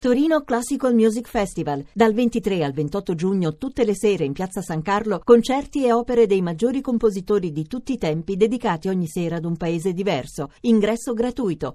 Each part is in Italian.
Torino Classical Music Festival. Dal 23 al 28 giugno, tutte le sere in Piazza San Carlo, concerti e opere dei maggiori compositori di tutti i tempi dedicati ogni sera ad un paese diverso. Ingresso gratuito.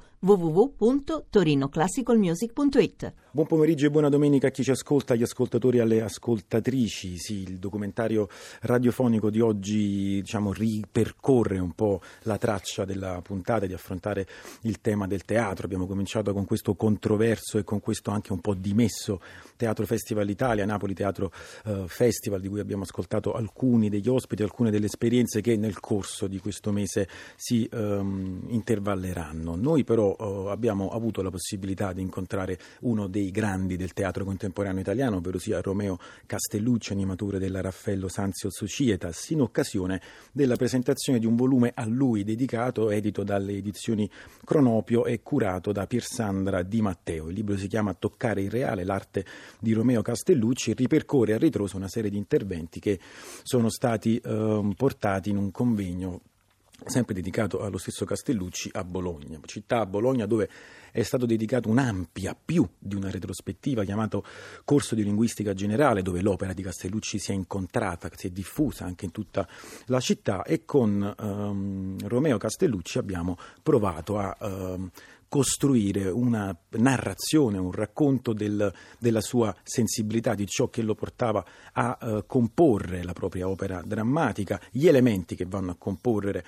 www.torinoclassicalmusic.it. Buon pomeriggio e buona domenica a chi ci ascolta, agli ascoltatori e alle ascoltatrici. Sì, il documentario radiofonico di oggi, ripercorre un po' la traccia della puntata di affrontare il tema del teatro. Abbiamo cominciato con questo controverso e con questo anche un po' dimesso Teatro Festival Italia, Napoli Teatro Festival, di cui abbiamo ascoltato alcuni degli ospiti, alcune delle esperienze che nel corso di questo mese si intervalleranno. Noi però abbiamo avuto la possibilità di incontrare uno dei grandi del teatro contemporaneo italiano, ovvero sia Romeo Castellucci, animatore della Raffaello Sanzio Societas, in occasione della presentazione di un volume a lui dedicato, edito dalle edizioni Cronopio e curato da Piersandra Di Matteo. Il libro si chiama Toccare il reale, l'arte di Romeo Castellucci, e ripercorre a ritroso una serie di interventi che sono stati portati in un convegno sempre dedicato allo stesso Castellucci a Bologna, città a Bologna dove è stato dedicato più di una retrospettiva chiamato Corso di Linguistica Generale, dove l'opera di Castellucci si è incontrata, si è diffusa anche in tutta la città, e con Romeo Castellucci abbiamo provato a costruire una narrazione, un racconto della sua sensibilità, di ciò che lo portava a comporre la propria opera drammatica, gli elementi che vanno a comporre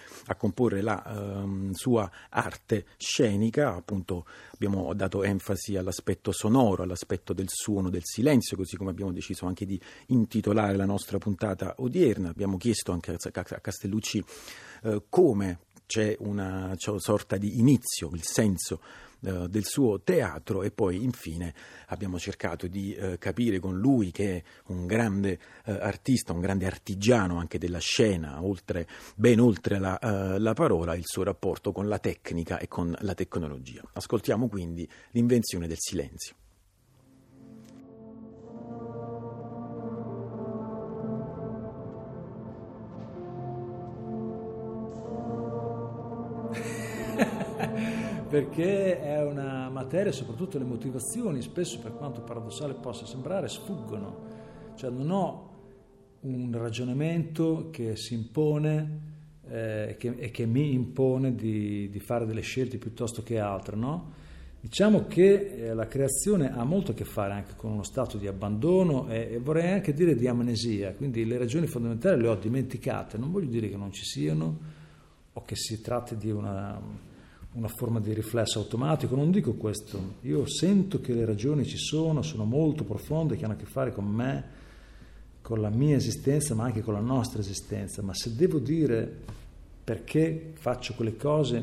la sua arte scenica. Appunto abbiamo dato enfasi all'aspetto sonoro, all'aspetto del suono, del silenzio, così come abbiamo deciso anche di intitolare la nostra puntata odierna. Abbiamo chiesto anche a Castellucci come c'è una sorta di inizio, il senso del suo teatro, e poi infine abbiamo cercato di capire con lui, che è un grande artista, un grande artigiano anche della scena, ben oltre la parola, il suo rapporto con la tecnica e con la tecnologia. Ascoltiamo quindi l'invenzione del silenzio. Perché è una materia, soprattutto le motivazioni, spesso, per quanto paradossale possa sembrare, sfuggono. Cioè non ho un ragionamento che si impone e che mi impone di fare delle scelte piuttosto che altre, no? Diciamo che la creazione ha molto a che fare anche con uno stato di abbandono e vorrei anche dire di amnesia, quindi le ragioni fondamentali le ho dimenticate. Non voglio dire che non ci siano o che si tratti di una forma di riflesso automatico, non dico questo. Io sento che le ragioni ci sono molto profonde, che hanno a che fare con me, con la mia esistenza, ma anche con la nostra esistenza. Ma se devo dire perché faccio quelle cose,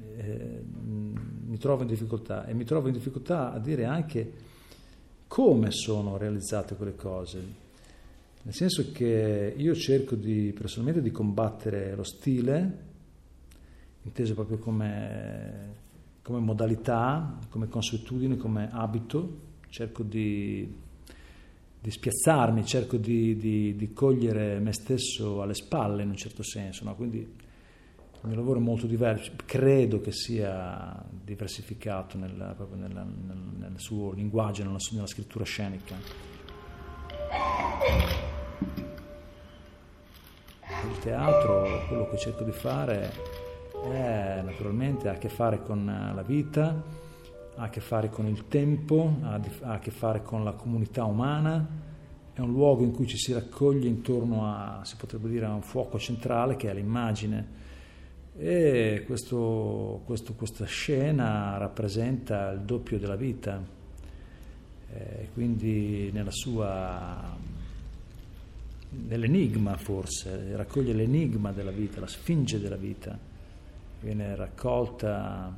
mi trovo in difficoltà, e mi trovo in difficoltà a dire anche come sono realizzate quelle cose. Nel senso che io cerco personalmente di combattere lo stile, inteso proprio come modalità, come consuetudine, come abito. Cerco di spiazzarmi, cerco di cogliere me stesso alle spalle in un certo senso, no? Quindi il mio lavoro è molto diverso, credo che sia diversificato proprio nel suo linguaggio, nella scrittura scenica. Il teatro, quello che cerco di fare naturalmente ha a che fare con la vita, ha a che fare con il tempo, ha a che fare con la comunità umana. È un luogo in cui ci si raccoglie intorno si potrebbe dire, a un fuoco centrale che è l'immagine, e questa scena rappresenta il doppio della vita, quindi nell'enigma, forse raccoglie l'enigma della vita, la sfinge della vita. Viene raccolta,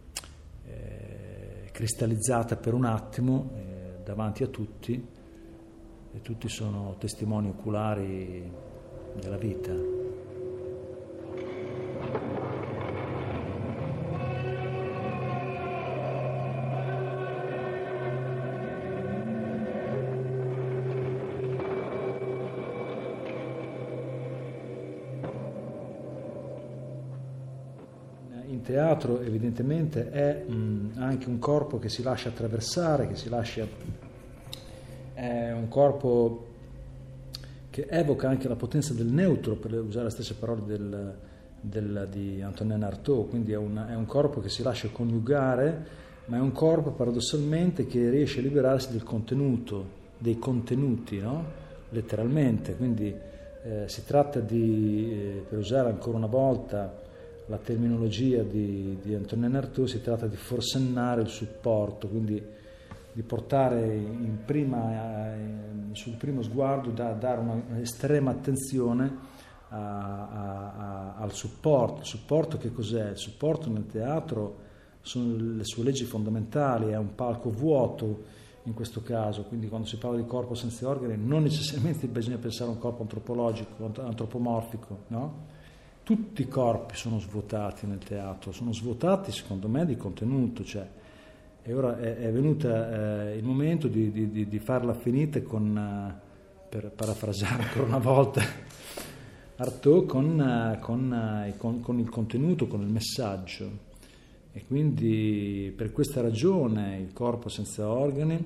cristallizzata per un attimo davanti a tutti, e tutti sono testimoni oculari della vita. teatro evidentemente è anche un corpo che si lascia attraversare, è un corpo che evoca anche la potenza del neutro, per usare le stesse parole di Antonin Artaud, quindi è un corpo che si lascia coniugare, ma è un corpo paradossalmente che riesce a liberarsi del contenuto, dei contenuti, no? Letteralmente, quindi si tratta per usare ancora una volta la terminologia di Antonin Artaud, si tratta di forsennare il supporto, quindi di portare sul primo sguardo, dare un'estrema attenzione al supporto. Il supporto che cos'è? Il supporto nel teatro sono le sue leggi fondamentali, è un palco vuoto in questo caso, quindi quando si parla di corpo senza organi non necessariamente bisogna pensare a un corpo antropologico, antropomorfico, no? Tutti i corpi sono svuotati nel teatro, sono svuotati secondo me di contenuto, cioè, e ora è venuto il momento di farla finita per parafrasare ancora una volta Artaud, con il contenuto, con il messaggio. E quindi per questa ragione il corpo senza organi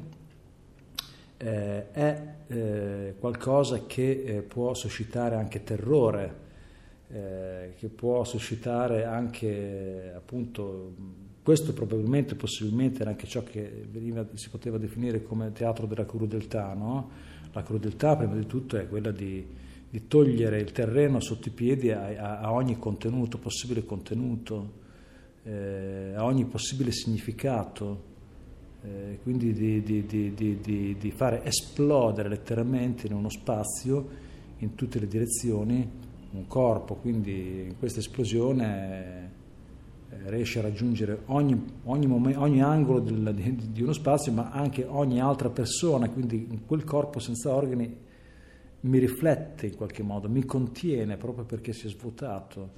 è qualcosa che può suscitare anche terrore, che può suscitare anche, appunto, questo probabilmente, possibilmente era anche ciò che si poteva definire come teatro della crudeltà, no? La crudeltà prima di tutto è quella di togliere il terreno sotto i piedi a ogni contenuto, possibile contenuto, a ogni possibile significato, quindi di fare esplodere letteralmente in uno spazio, in tutte le direzioni, un corpo. Quindi in questa esplosione riesce a raggiungere ogni angolo di uno spazio, ma anche ogni altra persona, quindi in quel corpo senza organi mi riflette in qualche modo, mi contiene proprio perché si è svuotato.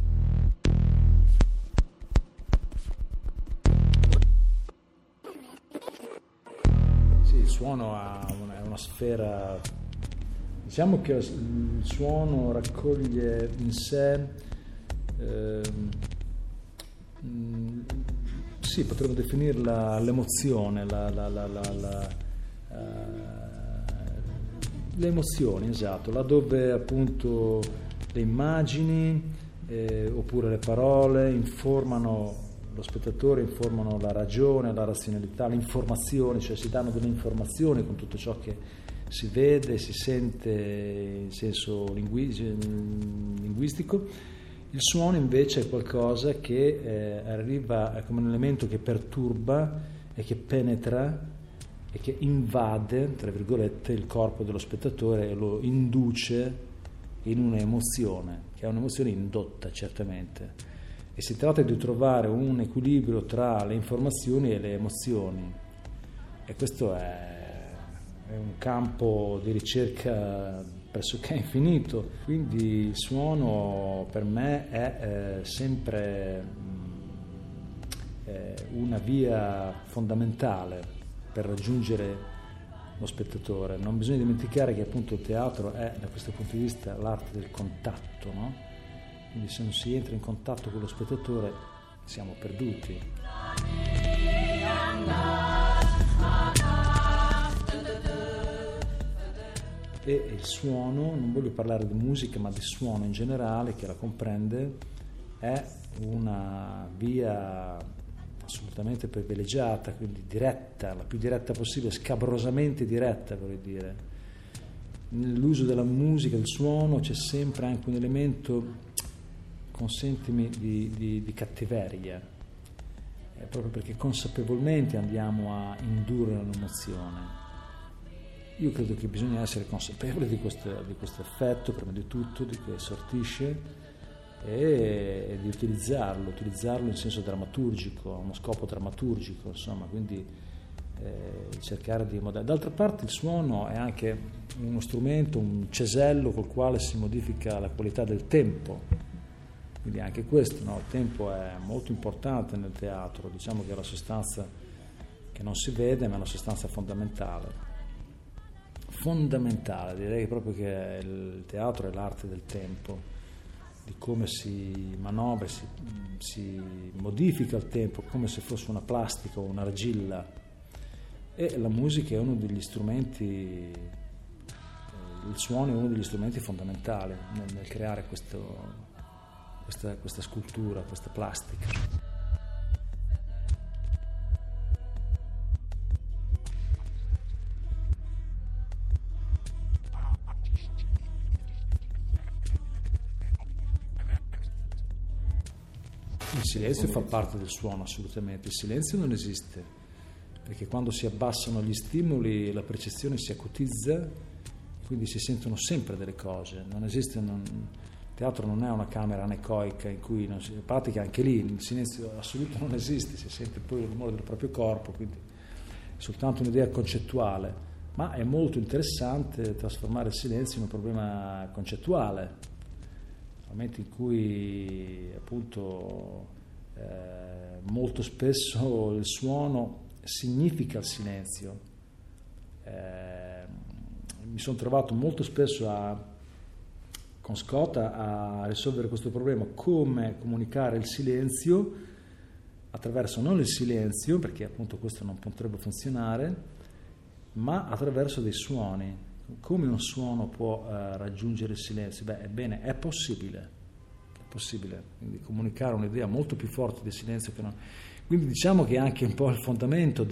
Sì, il suono è una sfera. Diciamo che il suono raccoglie in sé, sì, potremmo definirla l'emozione, le emozioni, esatto, laddove appunto le immagini oppure le parole informano lo spettatore, informano la ragione, la razionalità, l'informazione, cioè si danno delle informazioni con tutto ciò che si vede, si sente in senso linguistico. Il suono invece è qualcosa che arriva come un elemento che perturba e che penetra e che invade, tra virgolette, il corpo dello spettatore e lo induce in un'emozione, che è un'emozione indotta certamente. E si tratta di trovare un equilibrio tra le informazioni e le emozioni. E questo è un campo di ricerca pressoché infinito, quindi il suono per me è sempre una via fondamentale per raggiungere lo spettatore. Non bisogna dimenticare che appunto il teatro è, da questo punto di vista, l'arte del contatto, no? Quindi se non si entra in contatto con lo spettatore siamo perduti. E il suono, non voglio parlare di musica ma di suono in generale, che la comprende, è una via assolutamente privilegiata, quindi diretta, la più diretta possibile, scabrosamente diretta, vorrei dire. Nell'uso della musica, del suono, c'è sempre anche un elemento, consentimi, di cattiveria, proprio perché consapevolmente andiamo a indurre un'emozione. Io credo che bisogna essere consapevoli di questo effetto, prima di tutto, di che sortisce, e di utilizzarlo in senso drammaturgico, a uno scopo drammaturgico, insomma, quindi cercare di modellare. D'altra parte il suono è anche uno strumento, un cesello col quale si modifica la qualità del tempo, quindi anche questo, no? Il tempo è molto importante nel teatro, diciamo che è la sostanza che non si vede, ma è una sostanza fondamentale, direi proprio che il teatro è l'arte del tempo. di come si manovra, si modifica il tempo come se fosse una plastica o un'argilla, e la musica è uno degli strumenti, il suono è uno degli strumenti fondamentali nel creare questa scultura, questa plastica. Il silenzio fa parte del suono, assolutamente. Il silenzio non esiste, perché quando si abbassano gli stimoli la percezione si acutizza, quindi si sentono sempre delle cose. Non esiste, il teatro non è una camera anecoica in cui non si pratica, anche lì il silenzio assoluto non esiste, si sente poi il rumore del proprio corpo, quindi è soltanto un'idea concettuale, ma è molto interessante trasformare il silenzio in un problema concettuale. Nel momento in cui appunto molto spesso il suono significa il silenzio, mi sono trovato molto spesso con Scotta a risolvere questo problema, come comunicare il silenzio attraverso non il silenzio, perché appunto questo non potrebbe funzionare, ma attraverso dei suoni. Come un suono può raggiungere il silenzio? Ebbene, è possibile, quindi comunicare un'idea molto più forte del silenzio che no. Quindi diciamo che anche un po' il fondamento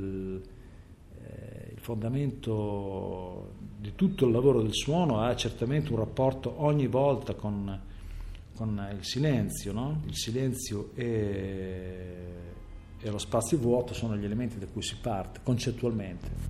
di tutto il lavoro del suono ha certamente un rapporto ogni volta con il silenzio, no? Il silenzio e lo spazio vuoto sono gli elementi da cui si parte concettualmente.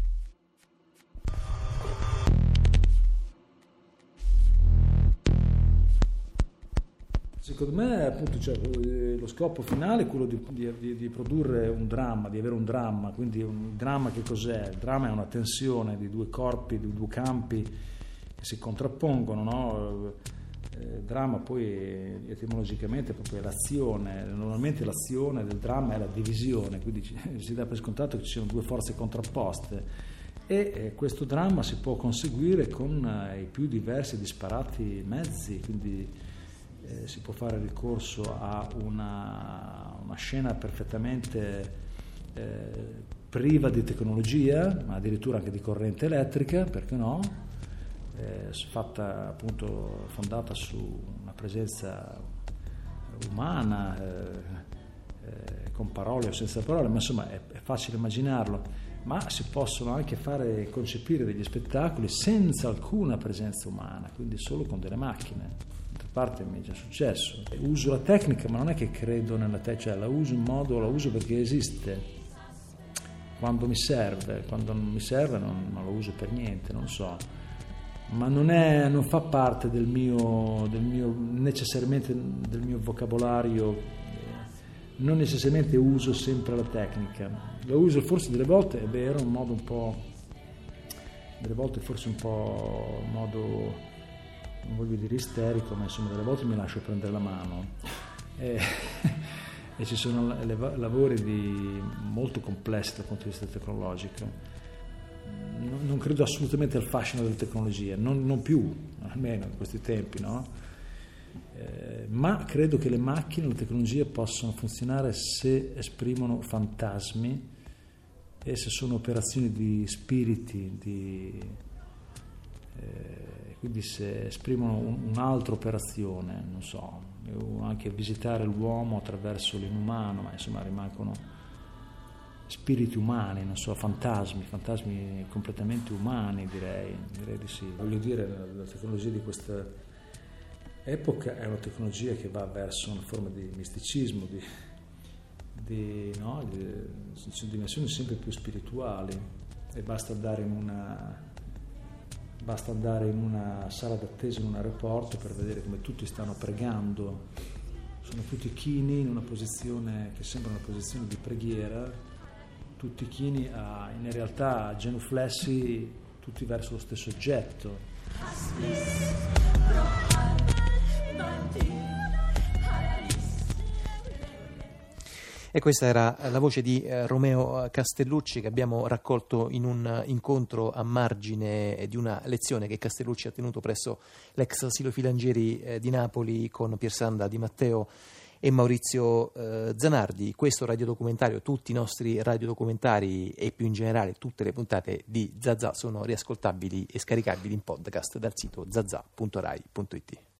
Secondo me appunto lo scopo finale è quello di produrre un dramma, di avere un dramma. Quindi un dramma che cos'è? Il dramma è una tensione di due corpi, di due campi che si contrappongono, no? Il dramma poi etimologicamente proprio è l'azione. Normalmente l'azione del dramma è la divisione, quindi si dà per scontato che ci siano due forze contrapposte, e questo dramma si può conseguire con i più diversi e disparati mezzi, quindi si può fare ricorso a una scena perfettamente priva di tecnologia, ma addirittura anche di corrente elettrica, perché no? Fatta appunto, fondata su una presenza umana, con parole o senza parole, ma insomma è facile immaginarlo. Ma si possono anche concepire degli spettacoli senza alcuna presenza umana, quindi solo con delle macchine. Parte mi è già successo. Uso la tecnica, ma non è che credo nella tecnica, la uso la uso perché esiste quando mi serve. Quando non mi serve non lo uso per niente, non lo so, ma non fa parte del mio necessariamente del mio vocabolario. Non necessariamente uso sempre la tecnica, la uso forse delle volte, è vero, in modo un po', delle volte forse un po' in modo, non voglio dire isterico, ma insomma delle volte mi lascio prendere la mano e ci sono lavori molto complessi dal punto di vista tecnologico. Non credo assolutamente al fascino delle tecnologie, non più, almeno in questi tempi, no? Ma credo che le macchine e le tecnologie possano funzionare se esprimono fantasmi e se sono operazioni di spiriti, quindi se esprimono un'altra operazione, non so, anche visitare l'uomo attraverso l'inumano, ma insomma rimangono spiriti umani, non so, fantasmi completamente umani, direi di sì. Voglio dire, la tecnologia di questa epoca è una tecnologia che va verso una forma di misticismo, sono dimensioni sempre più spirituali, e basta andare in una sala d'attesa in un aeroporto per vedere come tutti stanno pregando, sono tutti chini in una posizione che sembra una posizione di preghiera, tutti chini in realtà genuflessi, tutti verso lo stesso oggetto. E questa era la voce di Romeo Castellucci, che abbiamo raccolto in un incontro a margine di una lezione che Castellucci ha tenuto presso l'ex asilo Filangieri di Napoli con Piersanda Di Matteo e Maurizio Zanardi. Questo radiodocumentario, tutti i nostri radiodocumentari e più in generale tutte le puntate di Zazà sono riascoltabili e scaricabili in podcast dal sito zazà.rai.it.